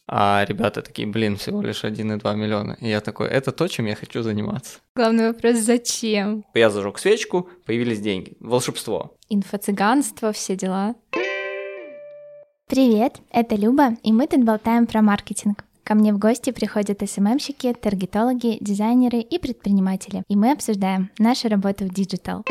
А ребята такие, блин, всего лишь 1,2 миллиона. И я такой, это то, чем я хочу заниматься. Главный вопрос, зачем? Я зажег свечку, появились деньги. Волшебство. Инфо-цыганство, все дела. Привет, это Люба, и мы тут болтаем про маркетинг. Ко мне в гости приходят СММщики, таргетологи, дизайнеры и предприниматели, и мы обсуждаем нашу работу в диджитал.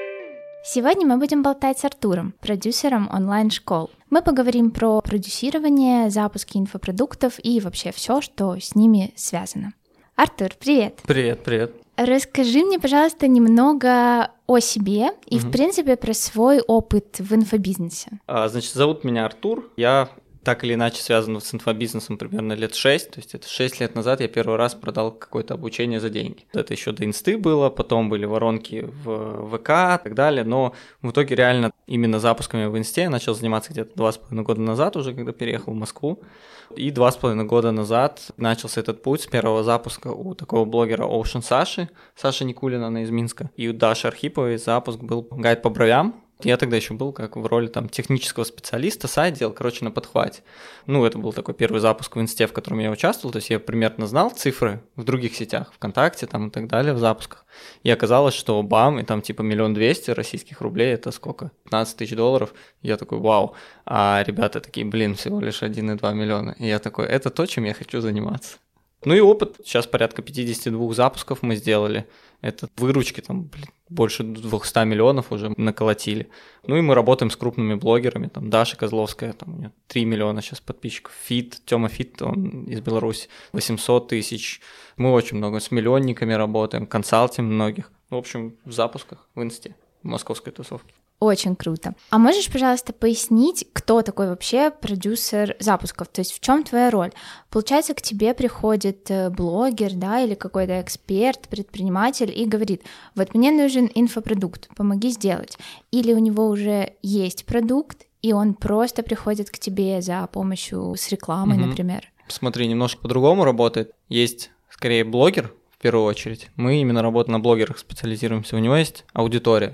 Сегодня мы будем болтать с Артуром, продюсером онлайн-школ. Мы поговорим про продюсирование, запуски инфопродуктов и вообще все, что с ними связано. Артур, привет! Привет. Расскажи мне, пожалуйста, немного о себе и, в принципе, про свой опыт в инфобизнесе. Значит, зовут меня Артур. Я так или иначе связан с инфобизнесом примерно лет 6. То есть это 6 лет назад я первый раз продал какое-то обучение за деньги. Это еще до инсты было, потом были воронки в ВК и так далее. Но в итоге реально именно запусками в инсте я начал заниматься где-то 2,5 года назад уже, когда переехал в Москву. И 2,5 года назад начался этот путь с первого запуска у такого блогера Ocean Саши Никулина, она из Минска. И у Даши Архиповой запуск был гайд по бровям. Я тогда еще был как в роли там технического специалиста, сайт делал, на подхвате. Это был такой первый запуск в инсте, в котором я участвовал, то есть я примерно знал цифры в других сетях, ВКонтакте там и так далее в запусках. И оказалось, что бам, и там типа 1 200 000 российских рублей, это сколько? 15 000 долларов. Я такой, вау. А ребята такие, блин, всего лишь 1,2 миллиона. И я такой, это то, чем я хочу заниматься. И опыт, сейчас порядка 52 запусков мы сделали. Это выручки там, больше 200 миллионов уже наколотили. И мы работаем с крупными блогерами, там Даша Козловская, там у нее 3 миллиона сейчас подписчиков, Тёма Фит, он из Беларуси, 800 000. Мы очень много с миллионниками работаем, консалтим многих. В общем, в запусках в инсте, в московской тусовке. Очень круто. А можешь, пожалуйста, пояснить, кто такой вообще продюсер запусков? То есть в чем твоя роль? Получается, к тебе приходит блогер, да, или какой-то эксперт, предприниматель и говорит, вот мне нужен инфопродукт, помоги сделать. Или у него уже есть продукт, и он просто приходит к тебе за помощью с рекламой, например. Смотри, немножко по-другому работает. Есть скорее блогер, в первую очередь. Мы именно работаем на блогерах, специализируемся. У него есть аудитория.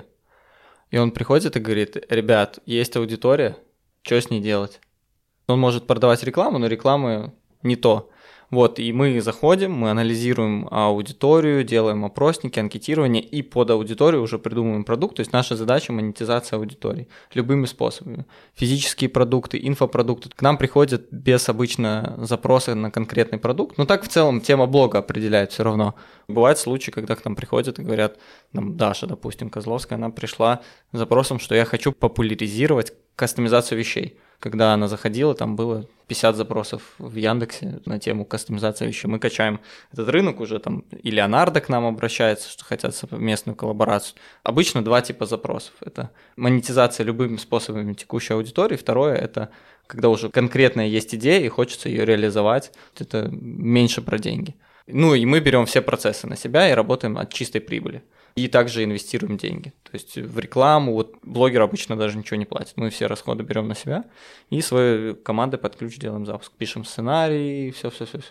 И он приходит и говорит, ребят, есть аудитория, что с ней делать? Он может продавать рекламу, но рекламы не то. И мы заходим, мы анализируем аудиторию, делаем опросники, анкетирование, и под аудиторию уже придумываем продукт. То есть наша задача – монетизация аудитории любыми способами. Физические продукты, инфопродукты. К нам приходят без обычно запроса на конкретный продукт. Но так в целом тема блога определяет все равно. Бывают случаи, когда к нам приходят и говорят, Даша, допустим, Козловская, она пришла с запросом, что я хочу популяризировать кастомизацию вещей. Когда она заходила, там было 50 запросов в Яндексе на тему кастомизации вещей. Мы качаем этот рынок уже, там и Леонардо к нам обращается, что хотят совместную коллаборацию. Обычно 2 типа запросов. Это монетизация любыми способами текущей аудитории. Второе – это когда уже конкретная есть идея и хочется ее реализовать. Это меньше про деньги. И мы берем все процессы на себя и работаем от чистой прибыли. И также инвестируем деньги. То есть в рекламу, блогер обычно даже ничего не платит. Мы все расходы берем на себя и своей командой под ключ делаем запуск. Пишем сценарий, все.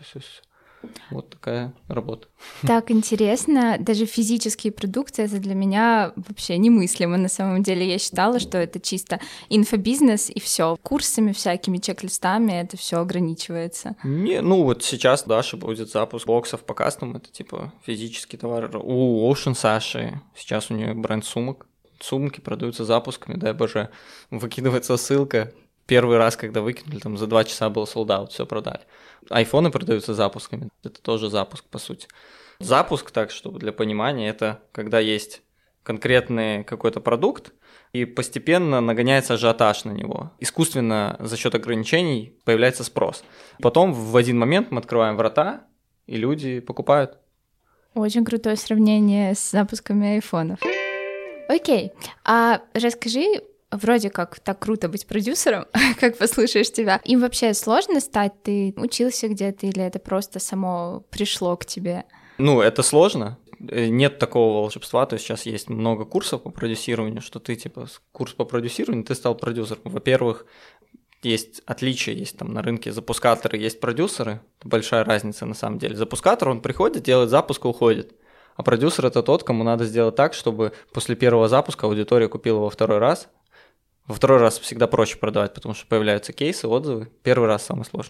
Вот такая работа. Так интересно, даже физические продукты, это для меня вообще немыслимо. На самом деле я считала, что это чисто инфобизнес и все. Курсами всякими, чек-листами это все ограничивается. Сейчас Даша будет запуск боксов по кастому, это типа физический товар. У Ocean Саши сейчас у нее бренд сумок. Сумки продаются запусками, дай боже, выкидывается ссылка. Первый раз, когда выкинули, там за 2 часа был sold out, все продали. Айфоны продаются запусками, это тоже запуск, по сути. Запуск, так, чтобы для понимания, это когда есть конкретный какой-то продукт, и постепенно нагоняется ажиотаж на него. Искусственно за счет ограничений появляется спрос. Потом в один момент мы открываем врата, и люди покупают. Очень крутое сравнение с запусками айфонов. Окей, а расскажи, вроде как так круто быть продюсером, как послушаешь тебя. Им вообще сложно стать? Ты учился где-то или это просто само пришло к тебе? Это сложно. Нет такого волшебства, то есть сейчас есть много курсов по продюсированию, что ты курс по продюсированию, ты стал продюсером. Во-первых, есть отличия, есть там на рынке запускаторы, есть продюсеры, это большая разница на самом деле. Запускатор, он приходит, делает запуск и уходит. А продюсер – это тот, кому надо сделать так, чтобы после первого запуска аудитория купила во второй раз. Во второй раз всегда проще продавать, потому что появляются кейсы, отзывы. Первый раз самый сложный.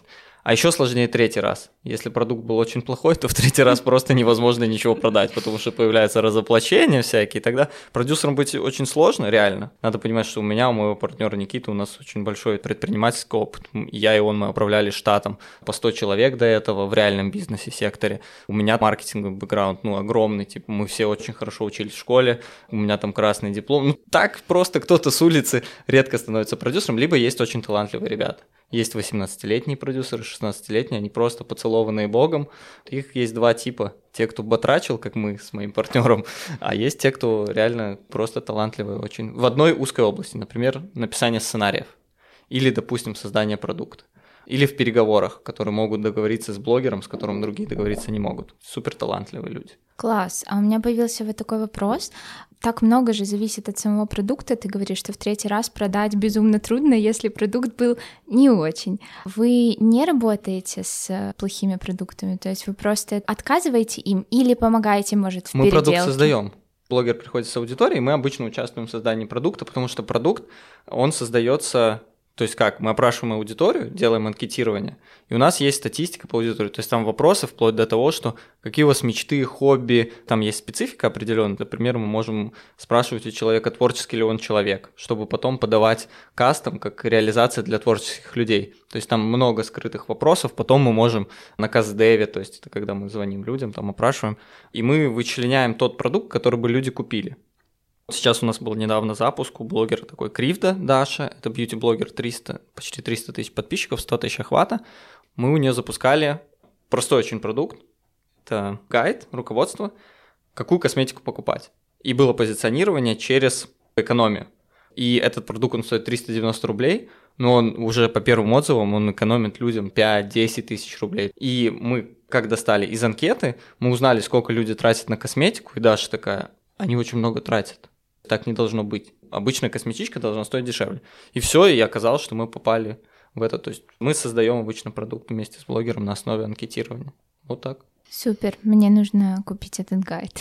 А еще сложнее третий раз. Если продукт был очень плохой, то в третий раз просто невозможно ничего продать, потому что появляются разоплачения всякие. Тогда продюсером быть очень сложно, реально. Надо понимать, что у моего партнера Никиты, у нас очень большой предпринимательский опыт. Я и он, мы управляли штатом по 100 человек до этого в реальном бизнесе, секторе. У меня маркетинговый бэкграунд, огромный. Типа мы все очень хорошо учились в школе, у меня там красный диплом. Так просто кто-то с улицы редко становится продюсером, либо есть очень талантливые ребята. Есть 18-летние продюсеры, 16-летние, они просто поцелованные богом. Их есть два типа. Те, кто батрачил, как мы с моим партнером, а есть те, кто реально просто талантливые очень. В одной узкой области, например, написание сценариев. Или, допустим, создание продукта. Или в переговорах, которые могут договориться с блогером, с которым другие договориться не могут. Супер талантливые люди. Класс. А у меня появился вот такой вопрос. Так много же зависит от самого продукта. Ты говоришь, что в третий раз продать безумно трудно, если продукт был не очень. Вы не работаете с плохими продуктами? То есть вы просто отказываете им или помогаете, может, в переделке? Мы продукт создаем. Блогер приходит с аудиторией, мы обычно участвуем в создании продукта, потому что продукт, он создается... То есть как, мы опрашиваем аудиторию, делаем анкетирование, и у нас есть статистика по аудитории, то есть там вопросы вплоть до того, что какие у вас мечты, хобби, там есть специфика определенная. Например, мы можем спрашивать у человека, творческий ли он человек, чтобы потом подавать кастом как реализация для творческих людей. То есть там много скрытых вопросов, потом мы можем на каст-деве, то есть это когда мы звоним людям, там опрашиваем, и мы вычленяем тот продукт, который бы люди купили. Сейчас у нас был недавно запуск у блогера такой Кривда Даша, это бьюти-блогер, почти 300 тысяч подписчиков, 100 тысяч охвата. Мы у нее запускали простой очень продукт, это гайд, руководство, какую косметику покупать. И было позиционирование через экономию. И этот продукт, он стоит 390 рублей, но он уже по первым отзывам, он экономит людям 5-10 тысяч рублей. И мы, как достали из анкеты, мы узнали, сколько люди тратят на косметику, и Даша такая, они очень много тратят. Так не должно быть. Обычная косметичка должна стоить дешевле. И все, и оказалось, что мы попали в это. То есть мы создаем обычно продукт вместе с блогером на основе анкетирования. Вот так. Супер, мне нужно купить этот гайд.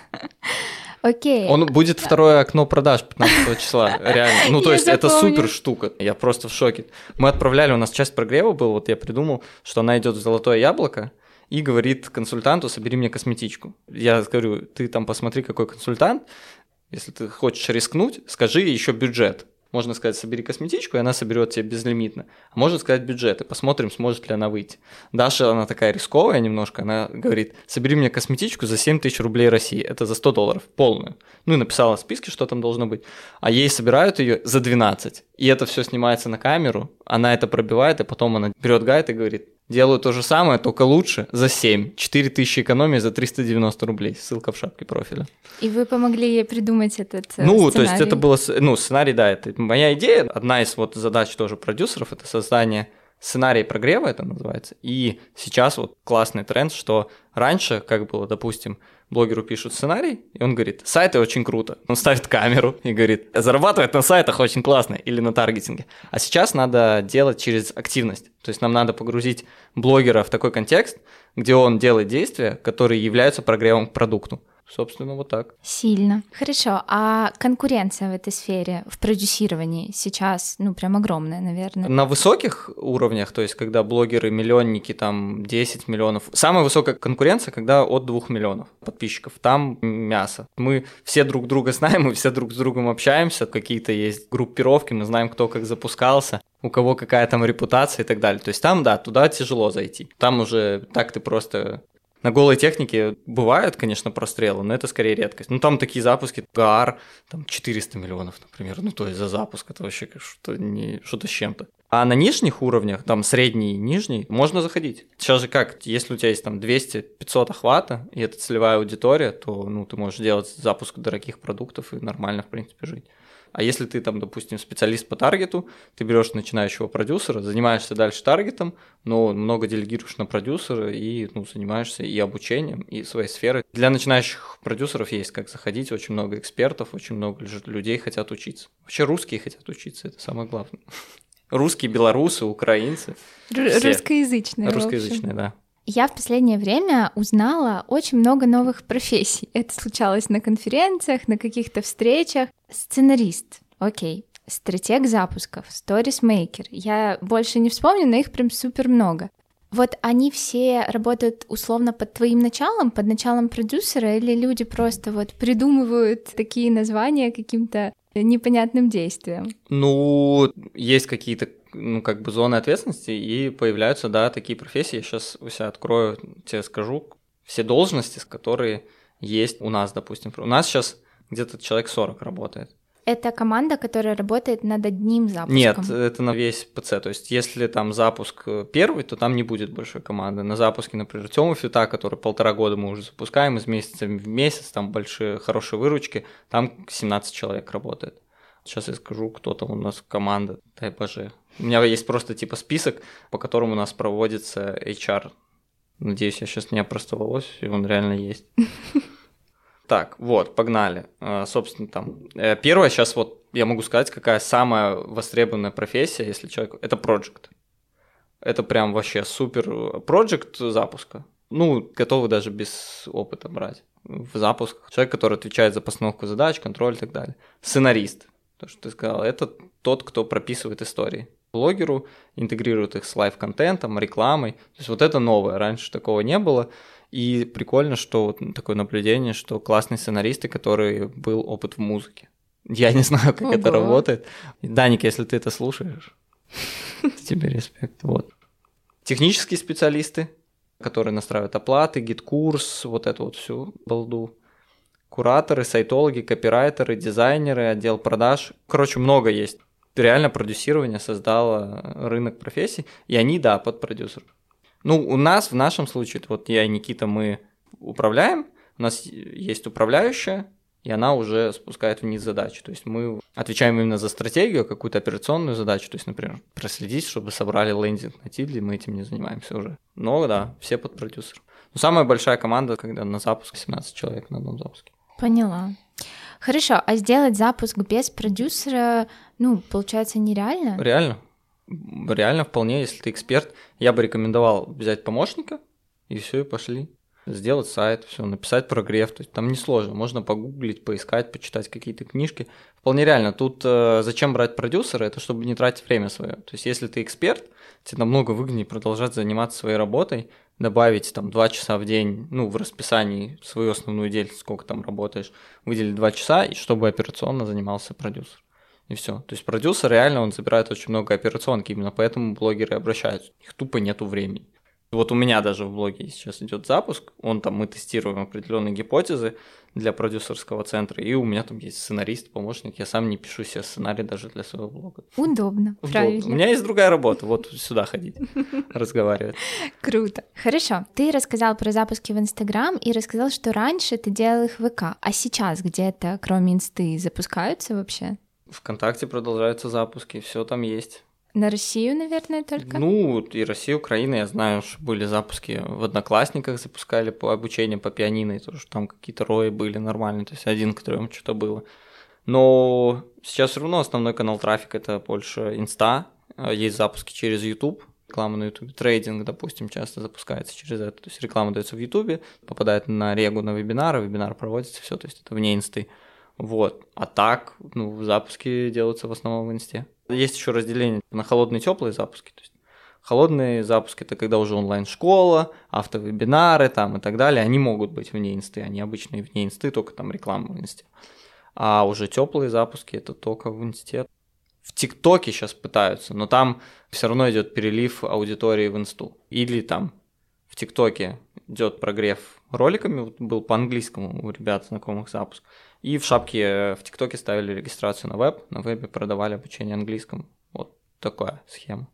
Окей. Он будет второе окно продаж 15 числа, реально. То есть это супер штука, я просто в шоке. Мы отправляли, у нас часть прогрева был, вот я придумал, что она идет в золотое яблоко и говорит консультанту, собери мне косметичку. Я говорю, ты там посмотри, какой консультант, если ты хочешь рискнуть, скажи еще бюджет. Можно сказать, собери косметичку, и она соберет тебе безлимитно. А можно сказать бюджет, и посмотрим, сможет ли она выйти. Даша, она такая рисковая немножко, она говорит, собери мне косметичку за 7 тысяч рублей России, это за $100, полную. И написала в списке, что там должно быть. А ей собирают ее за 12. И это все снимается на камеру, она это пробивает, и потом она берет гайд и говорит, делаю то же самое, только лучше, за 7. 4 тысячи экономии за 390 рублей. Ссылка в шапке профиля. И вы помогли ей придумать этот сценарий? То есть это было... сценарий, да, это моя идея. Одна из задач тоже продюсеров – это создание сценария прогрева, это называется. И сейчас классный тренд, что раньше, как было, допустим, блогеру пишут сценарий, и он говорит, сайты очень круто. Он ставит камеру и говорит, зарабатывать на сайтах очень классно или на таргетинге. А сейчас надо делать через активность. То есть нам надо погрузить блогера в такой контекст, где он делает действия, которые являются прогревом к продукту. Собственно, вот так. Сильно. Хорошо. А конкуренция в этой сфере, в продюсировании сейчас, прям огромная, наверное. На высоких уровнях, то есть когда блогеры, миллионники, там 10 миллионов. Самая высокая конкуренция, когда от 2 миллионов подписчиков. Там мясо. Мы все друг друга знаем, мы все друг с другом общаемся. Какие-то есть группировки, мы знаем, кто как запускался, у кого какая там репутация и так далее. То есть там, да, туда тяжело зайти. Там уже так ты просто... На голой технике бывают, конечно, прострелы, но это скорее редкость. Там такие запуски, ГАР, там 400 миллионов, например, то есть за запуск, это вообще что-то с чем-то. А на нижних уровнях, там средний и нижний, можно заходить. Сейчас же как, если у тебя есть там 200-500 охвата, и это целевая аудитория, то ты можешь делать запуск дорогих продуктов и нормально, в принципе, жить. А если ты там, допустим, специалист по таргету, ты берешь начинающего продюсера, занимаешься дальше таргетом, но много делегируешь на продюсера и занимаешься и обучением, и своей сферой. Для начинающих продюсеров есть как заходить, очень много экспертов, очень много людей хотят учиться. Вообще русские хотят учиться, это самое главное. Русские, белорусы, украинцы. Русскоязычные. Русскоязычные, да. Я в последнее время узнала очень много новых профессий. Это случалось на конференциях, на каких-то встречах. Сценарист, окей. Стратег запусков, сторисмейкер. Я больше не вспомню, но их прям супер много. Вот они все работают условно под твоим началом, под началом продюсера, или люди просто вот придумывают такие названия каким-то непонятным действием? Ну, есть какие-то, как бы зоны ответственности, и появляются, да, такие профессии. Я сейчас у себя открою, тебе скажу, все должности, которые есть у нас, допустим. У нас сейчас где-то человек 40 работает. Это команда, которая работает над одним запуском? Нет, это на весь ПЦ. То есть, если там запуск первый, то там не будет большой команды. На запуске, например, Тёмы Фита, который 1,5 года мы уже запускаем, из месяца в месяц, там большие, хорошие выручки, там 17 человек работает. Сейчас я скажу, кто там у нас команда, дай боже. У меня есть просто типа список, по которому у нас проводится HR. Надеюсь, я сейчас не опростоволосюсь, и он реально есть. Так, вот, погнали. Собственно, там первое, сейчас вот я могу сказать, какая самая востребованная профессия, если человек... Это проект. Это прям вообще супер проект запуска. Ну, готовы даже без опыта брать в запуск. Человек, который отвечает за постановку задач, контроль и так далее. Сценарист, то, что ты сказал, это тот, кто прописывает истории. Блогеру интегрирует их с лайв-контентом, рекламой. То есть вот это новое, раньше такого не было. И прикольно, что вот такое наблюдение, что классные сценаристы, который был опыт в музыке. Я не знаю, как это работает. Даник, если ты это слушаешь, тебе респект. Вот. Технические специалисты, которые настраивают оплаты, гид-курс, вот эту вот всю балду. Кураторы, сайтологи, копирайтеры, дизайнеры, отдел продаж. Короче, много есть. Реально продюсирование создало рынок профессий, и они, да, под продюсеров. Ну, у нас, в нашем случае, вот я и Никита, мы управляем, у нас есть управляющая, и она уже спускает вниз задачи. То есть мы отвечаем именно за стратегию, какую-то операционную задачу, то есть, например, проследить, чтобы собрали лендинг на Тидле, мы этим не занимаемся уже. Но да, все под продюсером. Но самая большая команда, когда на запуск 17 человек на одном запуске. Поняла. Хорошо, а сделать запуск без продюсера, ну, получается, нереально? Реально вполне, если ты эксперт. Я бы рекомендовал взять помощника, и все, и пошли. Сделать сайт, все, написать прогрев. То есть там несложно. Можно погуглить, поискать, почитать какие-то книжки. Вполне реально. Тут зачем брать продюсера? Это чтобы не тратить время свое. То есть если ты эксперт, тебе намного выгоднее продолжать заниматься своей работой, добавить там 2 часа в день, ну, в расписании свою основную деятельность, сколько там работаешь, выделить 2 часа, и чтобы операционно занимался продюсер. И все. То есть продюсер реально, он забирает очень много операционки, именно поэтому блогеры обращаются. У них тупо нету времени. Вот у меня даже в блоге сейчас идет запуск, мы тестируем определенные гипотезы для продюсерского центра, и у меня там есть сценарист, помощник, я сам не пишу себе сценарий даже для своего блога. Удобно, правильно. У меня есть другая работа, вот сюда ходить, разговаривать. Круто. Хорошо, ты рассказал про запуски в Инстаграм и рассказал, что раньше ты делал их в ВК, а сейчас где-то, кроме Инсты, запускаются вообще? ВКонтакте продолжаются запуски, все там есть. На Россию, наверное, только? Ну, и Россия, Украина, я знаю, что были запуски в Одноклассниках, запускали по обучению по пианино, и тоже там какие-то рои были нормальные, то есть 1 к 3 что-то было. Но сейчас все равно основной канал трафика – это больше Инста, есть запуски через YouTube, реклама на YouTube, трейдинг, допустим, часто запускается через это, то есть реклама дается в YouTube, попадает на регу на вебинары, вебинар проводится, все, то есть это вне Инсты. Вот. А так, запуски делаются в основном в Инсте. Есть еще разделение на холодные и теплые запуски. То есть холодные запуски – это когда уже онлайн-школа, автовебинары там и так далее. Они могут быть вне Инсты, они обычно и вне Инсты, только там реклама в Инсте. А уже теплые запуски – это только в Инсте. В ТикТоке сейчас пытаются, но там все равно идет перелив аудитории в Инсту. Или там в ТикТоке идет прогрев роликами, был по-английскому у ребят знакомых запуск. И в шапке в ТикТоке ставили регистрацию на веб, на вебе продавали обучение английскому. Вот такая схема.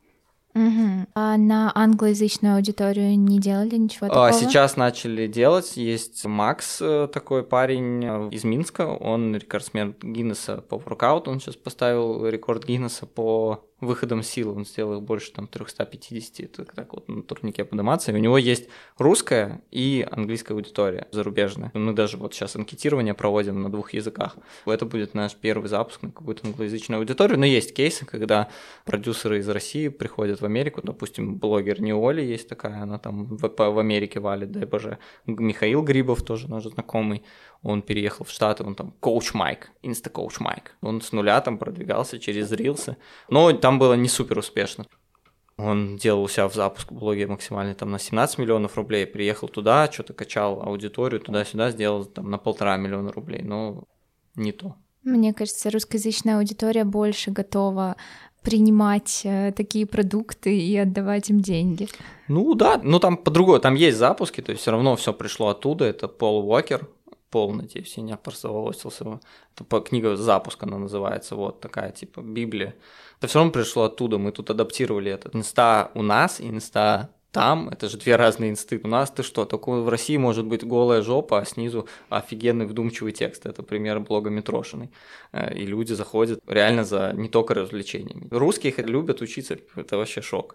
Угу. А на англоязычную аудиторию не делали ничего такого? Сейчас начали делать. Есть Макс, такой парень из Минска, он рекордсмен Гиннесса по воркауту, он сейчас поставил рекорд Гиннесса по выходам сил, он сделал их больше там 350, это так вот на турнике подниматься, и у него есть русская и английская аудитория зарубежная. Мы даже вот сейчас анкетирование проводим на 2 языках. Это будет наш первый запуск на какую-то англоязычную аудиторию, но есть кейсы, когда продюсеры из России приходят в Америку, допустим, блогер Неоли есть такая, она там в Америке валит, дай боже. Михаил Грибов тоже наш знакомый, он переехал в Штаты, он там коуч Майк, инста-коуч Майк. Он с нуля там продвигался через рилсы, но там было не супер успешно. Он делал у себя в запуск блоге максимальный там на 17 миллионов рублей, приехал туда, что-то качал аудиторию, туда-сюда, сделал там на 1,5 миллиона рублей, но не то. Мне кажется, русскоязычная аудитория больше готова принимать такие продукты и отдавать им деньги. Ну да, ну там по-другому, там есть запуски, то есть все равно все пришло оттуда, это Пол Уокер, Пол, надеюсь, я не опростоволосился, это книга «Запуск» она называется, вот такая типа Библия. Это все равно пришло оттуда, мы тут адаптировали это. Инста у нас, инста там, это же две разные инсты. У нас ты что, только в России может быть голая жопа, а снизу офигенный вдумчивый текст. Это пример блога Митрошиной. И люди заходят реально за не только развлечениями. Русские любят учиться, это вообще шок.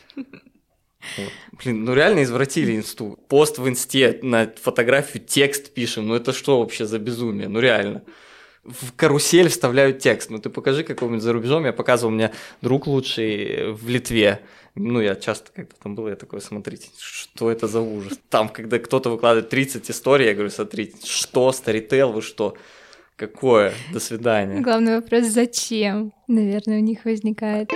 Вот. Блин, ну реально извратили инсту. Пост в инсте, на фотографию текст пишем, ну это что вообще за безумие, ну реально. В карусель вставляют текст, ну ты покажи какого-нибудь за рубежом, я показывал, у меня друг лучший в Литве, ну я часто когда там был, я такой, смотрите, что это за ужас. Там, когда кто-то выкладывает 30 историй, я говорю, смотрите, что, Storytel, вы что? Какое? До свидания. Главный вопрос, зачем, наверное, у них возникает.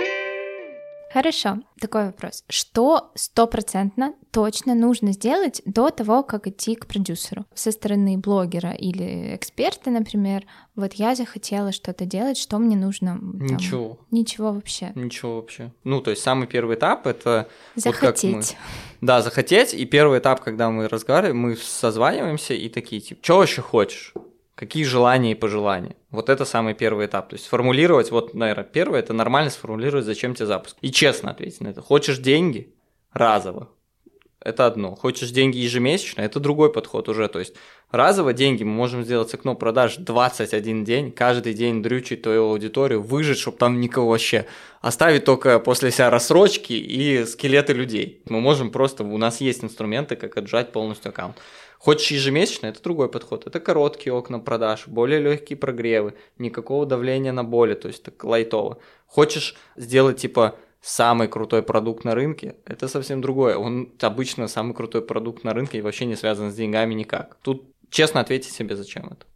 Хорошо, такой вопрос. Что 100% точно нужно сделать до того, как идти к продюсеру? Со стороны блогера или эксперта, например, вот я захотела что-то делать, что мне нужно? Там, ничего. Ничего вообще? Ничего вообще. Ну, то есть самый первый этап — это... Захотеть. Вот как мы... Да, захотеть, и первый этап, когда мы разговариваем, мы созваниваемся и такие, типа, что вообще хочешь? Какие желания и пожелания? Вот это самый первый этап. То есть сформулировать, вот, наверное, первое, это нормально сформулировать, зачем тебе запуск. И честно ответить на это. Хочешь деньги? Разово. Это одно. Хочешь деньги ежемесячно? Это другой подход уже. То есть разово деньги мы можем сделать с окно продаж 21 день, каждый день дрючить твою аудиторию, выжить, чтобы там никого вообще. Оставить только после себя рассрочки и скелеты людей. Мы можем просто, у нас есть инструменты, как отжать полностью аккаунт. Хочешь ежемесячно, это другой подход. Это короткие окна продаж, более легкие прогревы, никакого давления на боли, то есть так лайтово. Хочешь сделать типа самый крутой продукт на рынке, это совсем другое. Он обычно самый крутой продукт на рынке и вообще не связан с деньгами никак. Тут честно ответить себе, зачем это.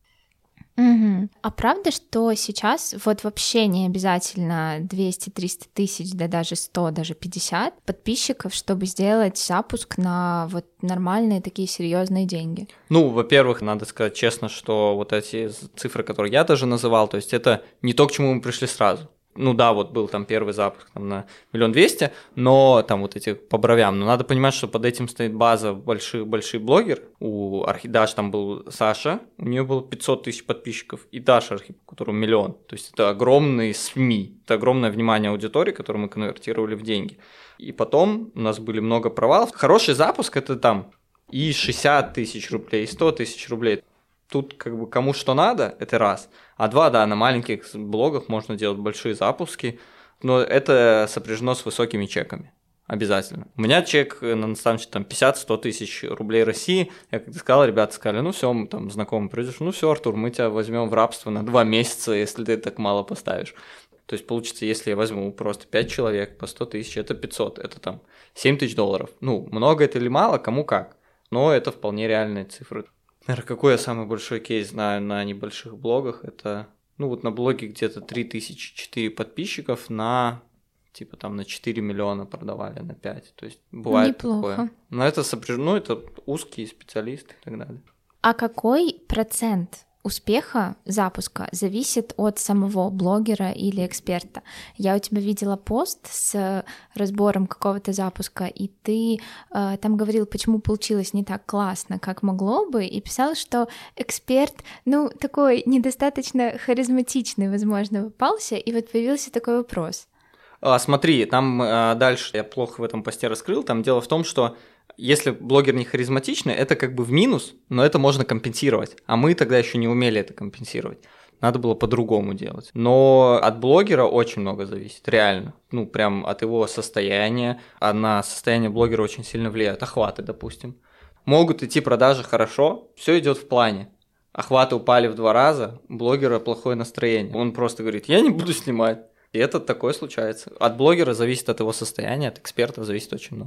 Угу. А правда, что сейчас вот вообще не обязательно 200-300 тысяч, да даже 100, даже 50 подписчиков, чтобы сделать запуск на вот нормальные такие серьезные деньги? Ну, во-первых, надо сказать честно, что вот эти цифры, которые я даже называл, то есть это не то, к чему мы пришли сразу. Ну да, вот был там первый запуск там, на 1 200 000, но там вот эти по бровям. Но надо понимать, что под этим стоит база больших блогер. У Архидаш там был Саша, у нее было 500 тысяч подписчиков, и Даша Архип, у которого 1 000 000. То есть это огромные СМИ, это огромное внимание аудитории, которую мы конвертировали в деньги. И потом у нас были много провалов. Хороший запуск – это там и 60 тысяч рублей, и 100 тысяч рублей. Тут как бы кому что надо, это раз. А два, да, на маленьких блогах можно делать большие запуски, но это сопряжено с высокими чеками. Обязательно. У меня чек на наставничестве там 50-100 тысяч рублей России. Я как-то сказал, ребята сказали, ну все, мы там знакомый придешь, ну все, Артур, мы тебя возьмем в рабство на 2 месяца, если ты так мало поставишь. То есть получится, если я возьму просто 5 человек по 100 тысяч, это 500, это там 7 тысяч долларов. Ну, много это или мало, кому как. Но это вполне реальные цифры. Наверное, какой я самый большой кейс знаю на небольших блогах, это, ну вот на блоге где-то 3004 подписчиков на, типа там на 4 миллиона продавали, на 5, то есть бывает неплохо. Такое. Но это сопряжено, это узкие специалисты и так далее. А какой процент успеха запуска зависит от самого блогера или эксперта? Я у тебя видела пост с разбором какого-то запуска, и ты там говорил, почему получилось не так классно, как могло бы, и писал, что эксперт, ну, такой недостаточно харизматичный, возможно, попался, и вот появился такой вопрос. Смотри, там дальше я плохо в этом посте раскрыл, там дело в том, что если блогер не харизматичный, это как бы в минус, но это можно компенсировать. А мы тогда еще не умели это компенсировать. Надо было по-другому делать. Но от блогера очень много зависит, реально. Ну, прям от его состояния. А на состояние блогера очень сильно влияют охваты, допустим. Могут идти продажи хорошо, все идет в плане. Охваты упали в 2 раза, у блогера плохое настроение. Он просто говорит, я не буду снимать. И это такое случается. От блогера зависит от его состояния, от экспертов зависит очень много.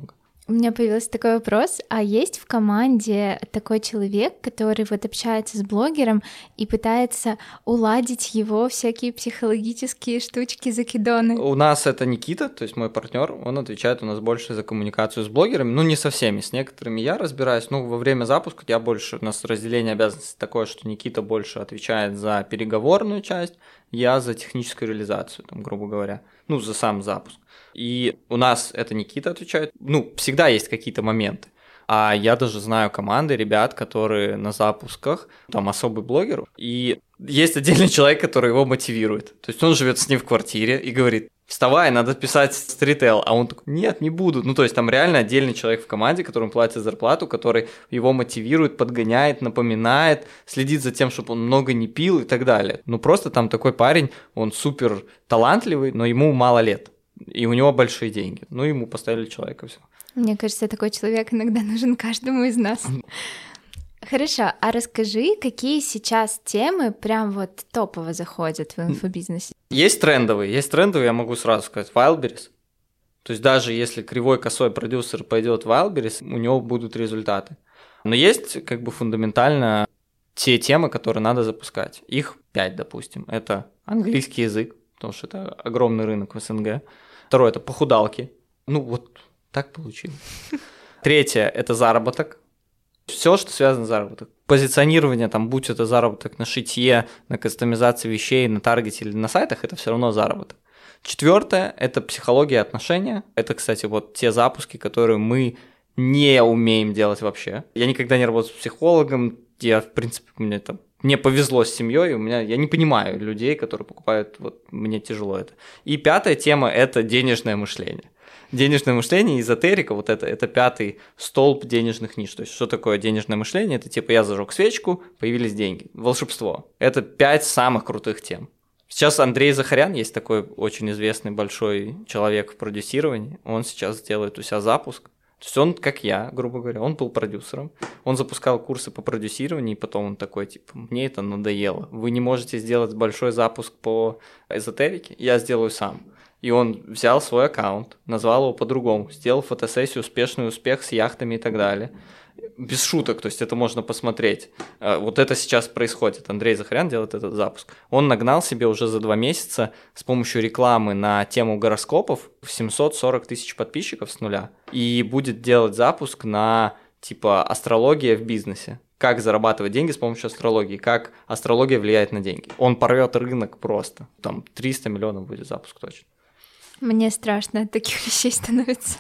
У меня появился такой вопрос, а есть в команде такой человек, который вот общается с блогером и пытается уладить его всякие психологические штучки, закидоны? У нас это Никита, то есть мой партнер, он отвечает у нас больше за коммуникацию с блогерами, ну не со всеми, с некоторыми я разбираюсь, ну во время запуска я больше, у нас разделение обязанностей такое, что Никита больше отвечает за переговорную часть, я за техническую реализацию, там, грубо говоря, ну за сам запуск. И у нас это Никита отвечает. Ну, всегда есть какие-то моменты. А я даже знаю команды ребят, которые на запусках, там особый блогер, и есть отдельный человек, который его мотивирует. То есть он живет с ним в квартире и говорит: вставай, надо писать стритейл. А он такой: нет, не буду. Ну, то есть там реально отдельный человек в команде, которому платят зарплату, который его мотивирует, подгоняет, напоминает, следит за тем, чтобы он много не пил и так далее. Ну, просто там такой парень, он супер талантливый, но ему мало лет. И у него большие деньги. Ну, ему поставили человека, все. Мне кажется, такой человек иногда нужен каждому из нас. Хорошо, а расскажи, какие сейчас темы прям вот топово заходят в инфобизнесе? Есть трендовые, я могу сразу сказать, Wildberries. То есть даже если кривой косой продюсер пойдет в Wildberries, у него будут результаты. Но есть как бы фундаментально те темы, которые надо запускать. Их 5, допустим. Это английский язык, потому что это огромный рынок в СНГ. Второе – это похудалки. Ну вот так получилось. Третье – это заработок. Все, что связано с заработком. Позиционирование, там, будь это заработок на шитье, на кастомизации вещей, на таргете или на сайтах, это все равно заработок. Четвертое – это психология отношения. Это, кстати, вот те запуски, которые мы не умеем делать вообще. Я никогда не работал с психологом. Я, в принципе, мне повезло с семьей, я не понимаю людей, которые покупают, вот мне тяжело это. И пятая тема – это денежное мышление. Денежное мышление, эзотерика, вот это 5-й столб денежных ниш. То есть что такое денежное мышление? Это типа я зажег свечку, появились деньги. Волшебство. Это 5 самых крутых тем. Сейчас Андрей Захарян, есть такой очень известный большой человек в продюсировании, он сейчас делает у себя запуск. То есть он, как я, грубо говоря, он был продюсером, он запускал курсы по продюсированию, и потом он такой, типа, мне это надоело, вы не можете сделать большой запуск по эзотерике, я сделаю сам. И он взял свой аккаунт, назвал его по-другому, сделал фотосессию «Успешный успех» с яхтами и так далее. Без шуток, то есть это можно посмотреть. Вот это сейчас происходит. Андрей Захарян делает этот запуск. Он нагнал себе уже за 2 месяца с помощью рекламы на тему гороскопов 740 тысяч подписчиков с нуля. И будет делать запуск на типа астрология в бизнесе. Как зарабатывать деньги с помощью астрологии, как астрология влияет на деньги. Он порвет рынок просто. Там 300 миллионов будет запуск точно. Мне страшно от таких вещей становится.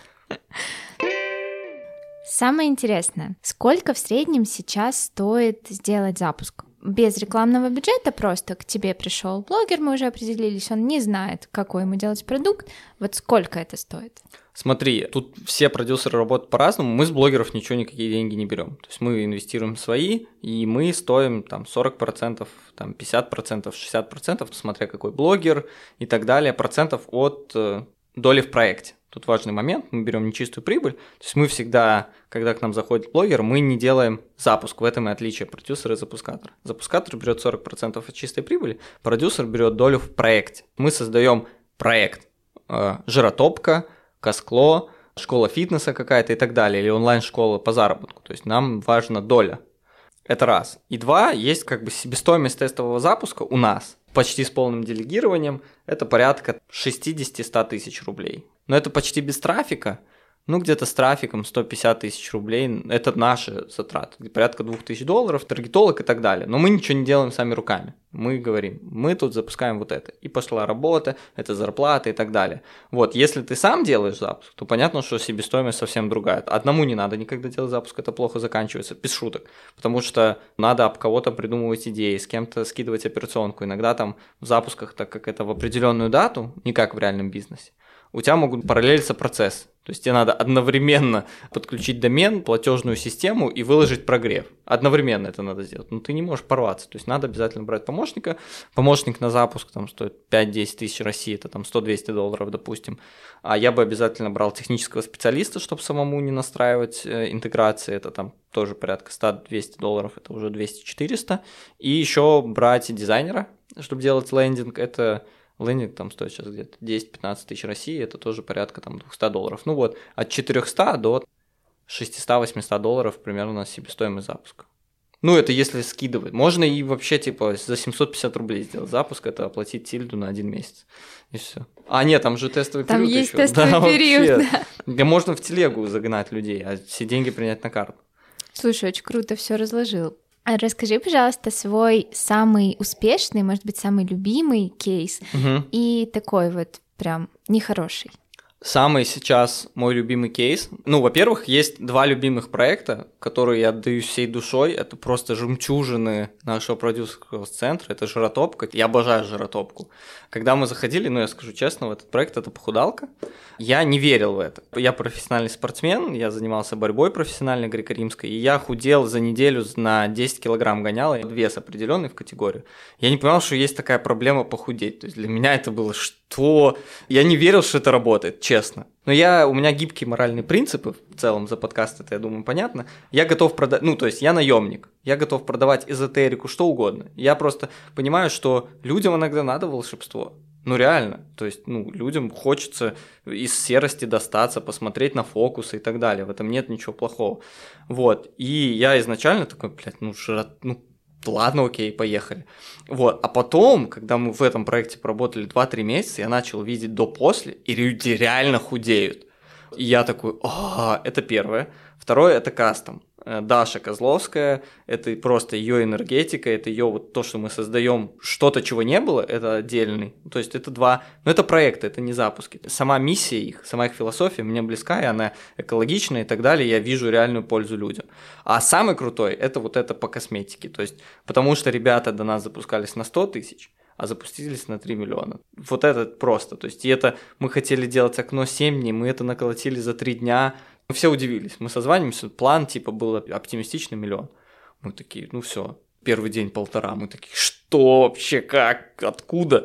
Самое интересное, сколько в среднем сейчас стоит сделать запуск? Без рекламного бюджета просто к тебе пришел блогер, мы уже определились, он не знает, какой ему делать продукт, вот сколько это стоит? Смотри, тут все продюсеры работают по-разному, мы с блогеров ничего, никакие деньги не берем. То есть мы инвестируем свои, и мы стоим там 40%, там 50%, 60%, смотря какой блогер и так далее, процентов от доли в проекте. Тут важный момент, мы берем нечистую прибыль, то есть мы всегда, когда к нам заходит блогер, мы не делаем запуск, в этом и отличие продюсера и запускатора. Запускатор берет 40% от чистой прибыли, продюсер берет долю в проекте. Мы создаем проект, жиротопка, Каскло, школа фитнеса какая-то и так далее, или онлайн-школа по заработку, то есть нам важна доля. Это раз. И 2, есть как бы себестоимость тестового запуска у нас, почти с полным делегированием, это порядка 60-100 тысяч рублей. Но это почти без трафика, ну где-то с трафиком 150 тысяч рублей, это наши затраты, порядка $2000, таргетолог и так далее. Но мы ничего не делаем сами руками, мы говорим, мы тут запускаем вот это, и пошла работа, это зарплата и так далее. Вот, если ты сам делаешь запуск, то понятно, что себестоимость совсем другая. Одному не надо никогда делать запуск, это плохо заканчивается, без шуток, потому что надо об кого-то придумывать идеи, с кем-то скидывать операционку. Иногда там в запусках, так как это в определенную дату, не как в реальном бизнесе, у тебя могут параллелиться процессы. То есть тебе надо одновременно подключить домен, платежную систему и выложить прогрев. Одновременно это надо сделать. Но ты не можешь порваться. То есть надо обязательно брать помощника. Помощник на запуск там стоит 5-10 тысяч России, это там $100-200, допустим. А я бы обязательно брал технического специалиста, чтобы самому не настраивать интеграции. Это там тоже порядка $100-200, это уже 200-400. И еще брать дизайнера, чтобы делать лендинг. Это Лендинг там стоит сейчас где-то 10-15 тысяч России, это тоже порядка там $200. Ну вот, от 400 до 600-800 долларов примерно себестоимость запуска. Ну, это если скидывать. Можно и вообще, типа, за 750 рублей сделать запуск, это оплатить тильду на 1 месяц. И все. А, нет, там же тестовый период. Там есть ещё. тестовый период, да. Да можно в телегу загнать людей, а все деньги принять на карту. Слушай, очень круто все разложил. А расскажи, пожалуйста, свой самый успешный, может быть, самый любимый кейс и такой вот прям нехороший. Самый сейчас мой любимый кейс. Ну, во-первых, есть 2 любимых проекта, которые я отдаю всей душой. Это просто жемчужины нашего продюсерского центра. Это жиротопка. Я обожаю жиротопку. Когда мы заходили, ну, я скажу честно, в этот проект, это похудалка. Я не верил в это. Я профессиональный спортсмен, я занимался борьбой профессиональной греко-римской, и я худел за неделю на 10 килограмм гонял, вес определенный в категорию. Я не понимал, что есть такая проблема похудеть. То есть для меня это было что? Я не верил, что это работает, честно. Но у меня гибкие моральные принципы, в целом за подкаст это, я думаю, понятно. Я готов продать, ну, то есть я наемник, я готов продавать эзотерику, что угодно. Я просто понимаю, что людям иногда надо волшебство. Ну, реально. То есть, людям хочется из серости достаться, посмотреть на фокусы и так далее. В этом нет ничего плохого. Вот. И я изначально такой, ладно, окей, поехали. Вот. А потом, когда мы в этом проекте поработали 2-3 месяца, я начал видеть до-после, и люди реально худеют. И я такой, это первое. Второе – это кастом. Даша Козловская, это просто ее энергетика, это ее вот то, что мы создаем что-то, чего не было, это отдельный. То есть это 2, но это проекты, это не запуски. Сама миссия их, сама их философия мне близка, и она экологичная и так далее, я вижу реальную пользу людям. А самый крутой – это вот это по косметике, то есть потому что ребята до нас запускались на 100 тысяч, а запустились на 3 миллиона. Вот это просто, то есть и это мы хотели делать окно 7 дней, мы это наколотили за 3 дня. Все удивились, мы созваниваемся, план типа был оптимистичный 1 миллион. Мы такие, все, первый день 1,5, мы такие, что вообще, как, откуда?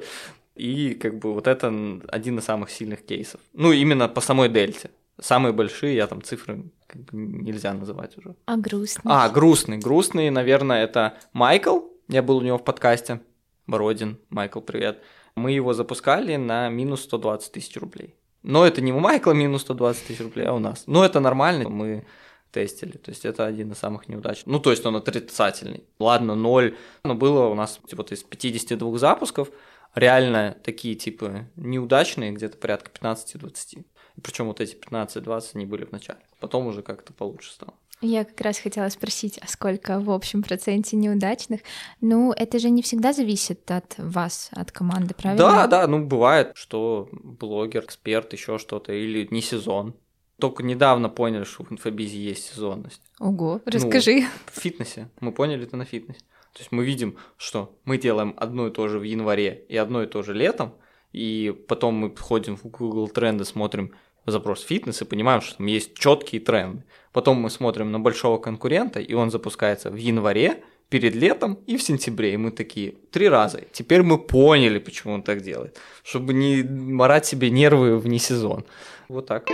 И как бы вот это один из самых сильных кейсов. Ну, именно по самой дельте. Самые большие, я там цифры как бы нельзя называть уже. А грустный? Грустный. Грустный, наверное, это Майкл, я был у него в подкасте, Бородин, Майкл, привет. Мы его запускали на минус 120 тысяч рублей. Но это не у Майкла минус 120 тысяч рублей, а у нас. Но это нормально, мы тестили. То есть это один из самых неудачных. Ну, то есть он отрицательный. Ладно, 0. Но было у нас вот из 52 запусков реально такие типа неудачные, где-то порядка 15-20. Причем вот эти 15-20 они были в начале. Потом уже как-то получше стало. Я как раз хотела спросить, а сколько в общем проценте неудачных? Ну, это же не всегда зависит от вас, от команды, правильно? Да, бывает, что блогер, эксперт, еще что-то, или не сезон. Только недавно поняли, что в инфобизе есть сезонность. Ого, расскажи. В фитнесе. Мы поняли это на фитнесе. То есть мы видим, что мы делаем одно и то же в январе и одно и то же летом, и потом мы ходим в Google тренды, смотрим запрос фитнес и понимаем, что там есть четкие тренды. Потом мы смотрим на большого конкурента, и он запускается в январе, перед летом и в сентябре. И мы такие 3 раза. Теперь мы поняли, почему он так делает. Чтобы не морать себе нервы вне сезон. Вот так.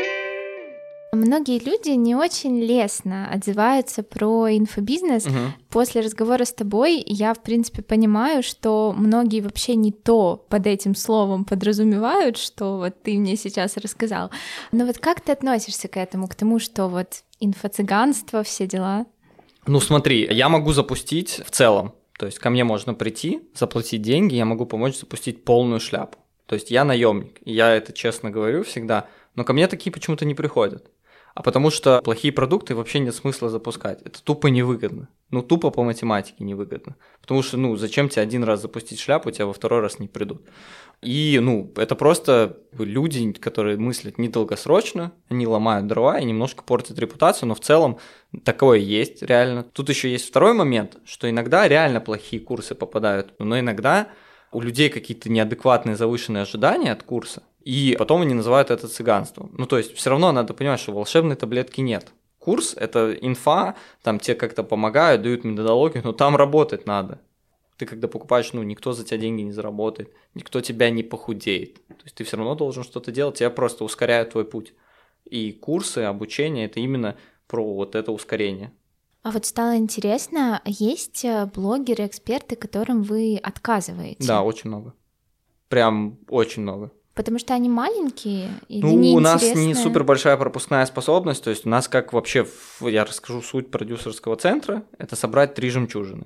Многие люди не очень лестно отзываются про инфобизнес. После разговора с тобой я, в принципе, понимаю, что многие вообще не то под этим словом подразумевают, что вот ты мне сейчас рассказал. Но вот как ты относишься к этому, к тому, что вот инфо-цыганство, все дела? Ну смотри, я могу запустить в целом. То есть ко мне можно прийти, заплатить деньги, я могу помочь запустить полную шляпу. То есть я наемник, и я это честно говорю всегда, но ко мне такие почему-то не приходят. А потому что плохие продукты вообще нет смысла запускать. Это тупо невыгодно. Тупо по математике невыгодно. Потому что, зачем тебе 1 раз запустить шляпу, тебя во 2-й раз не придут. И, это просто люди, которые мыслят недолгосрочно, они ломают дрова и немножко портят репутацию, но в целом такое есть реально. Тут еще есть второй момент, что иногда реально плохие курсы попадают, но иногда у людей какие-то неадекватные завышенные ожидания от курса, и потом они называют это цыганством. То есть все равно надо понимать, что волшебной таблетки нет. Курс – это инфа, там тебе как-то помогают, дают методологию, но там работать надо. Ты когда покупаешь, никто за тебя деньги не заработает, никто тебя не похудеет. То есть ты все равно должен что-то делать, тебя просто ускоряют твой путь. И курсы, обучение – это именно про вот это ускорение. А вот стало интересно, есть блогеры, эксперты, которым вы отказываете? Да, очень много. Прям очень много. Потому что они маленькие или Ну, у нас не неинтересные? супер большая пропускная способность, то есть у нас как вообще, я расскажу суть продюсерского центра, это собрать 3 жемчужины.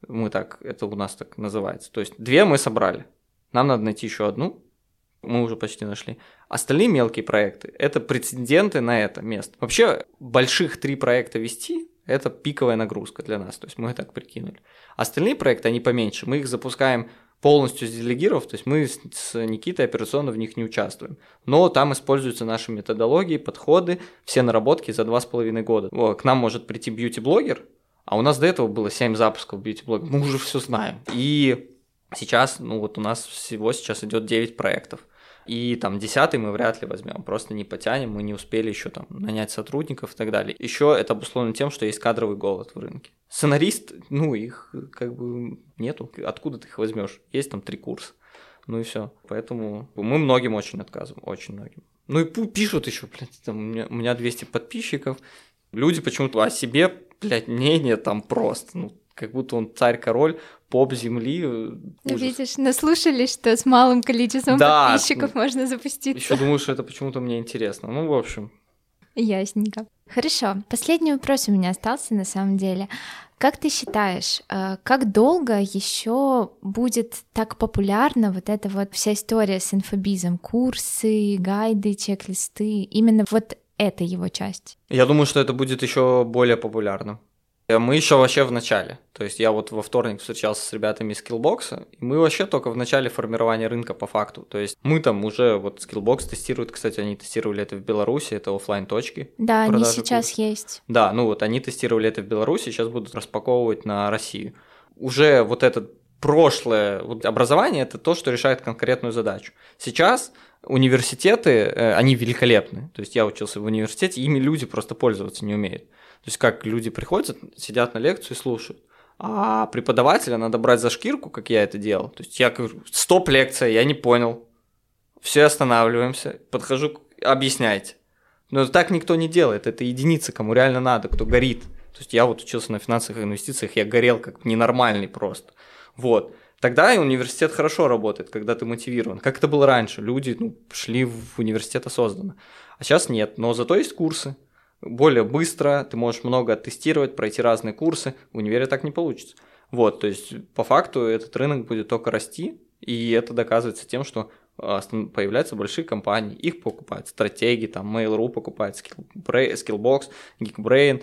Это у нас так называется. То есть 2 мы собрали, нам надо найти еще 1, мы уже почти нашли. Остальные мелкие проекты – это прецеденты на это место. Вообще больших 3 проекта вести – это пиковая нагрузка для нас, то есть мы так прикинули. Остальные проекты, они поменьше, мы их запускаем полностью делегировав, то есть мы с Никитой операционно в них не участвуем. Но там используются наши методологии, подходы, все наработки за 2,5 года. К нам может прийти бьюти-блогер, а у нас до этого было 7 запусков бьюти-блогера, мы уже все знаем. И сейчас, у нас всего сейчас идет 9 проектов. И там 10-й мы вряд ли возьмем, просто не потянем, мы не успели еще там нанять сотрудников и так далее. Еще это обусловлено тем, что есть кадровый голод в рынке. Сценарист, их как бы нету, откуда ты их возьмешь? Есть там 3 курса, и все. Поэтому мы многим очень отказываем, очень многим. И пишут еще, у меня 200 подписчиков, люди почему-то о себе, мнение там просто, как будто он царь-король, поп земли. Ужас. Видишь, наслушались, что с малым количеством подписчиков можно запуститься. Еще думаю, что это почему-то мне интересно. В общем. Ясненько. Хорошо. Последний вопрос у меня остался на самом деле. Как ты считаешь, как долго еще будет так популярна вот эта вот вся история с инфобизом? Курсы, гайды, чек-листы, именно вот эта его часть? Я думаю, что это будет еще более популярно. Мы еще вообще в начале. То есть я во вторник встречался с ребятами из Skillbox, и мы вообще только в начале формирования рынка по факту. То есть мы там уже, Skillbox тестируют, кстати, они тестировали это в Беларуси, это офлайн точки. Да, они сейчас есть. Да, они тестировали это в Беларуси, сейчас будут распаковывать на Россию. Уже вот это прошлое образование – это то, что решает конкретную задачу. Сейчас университеты, они великолепны. То есть я учился в университете, ими люди просто пользоваться не умеют. То есть как люди приходят, сидят на лекцию и слушают. А преподавателя надо брать за шкирку, как я это делал. То есть я говорю, стоп, лекция, я не понял. Все, останавливаемся, подхожу, объясняйте. Но так никто не делает, это единицы, кому реально надо, кто горит. То есть я учился на финансовых инвестициях, я горел как ненормальный просто. Тогда и университет хорошо работает, когда ты мотивирован. Как это было раньше, люди шли в университет осознанно. А сейчас нет, но зато есть курсы. Более быстро, ты можешь много оттестировать, пройти разные курсы, в универе так не получится. То есть по факту этот рынок будет только расти, и это доказывается тем, что появляются большие компании, их покупают стратеги, там Mail.ru покупает Skillbox, Geekbrain,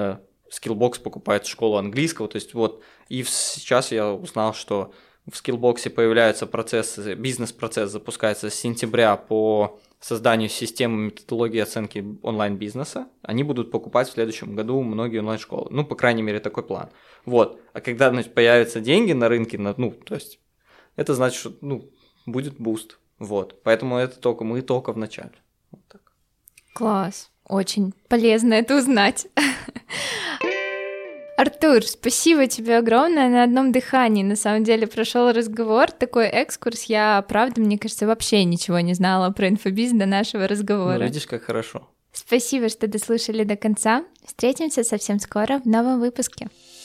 Skillbox покупает школу английского, то есть и сейчас я узнал, что в Skillbox появляются процессы, бизнес-процесс запускается с сентября по созданию системы методологии оценки онлайн-бизнеса. Они будут покупать в следующем году многие онлайн-школы. По крайней мере, такой план. А когда появятся деньги на рынке, то есть это значит, что будет буст. Поэтому мы только в начале. Так. Класс. Очень полезно это узнать. Артур, спасибо тебе огромное, на одном дыхании, на самом деле, прошел разговор, такой экскурс, я, правда, мне кажется, вообще ничего не знала про инфобиз до нашего разговора. Видишь, как хорошо. Спасибо, что дослушали до конца, встретимся совсем скоро в новом выпуске.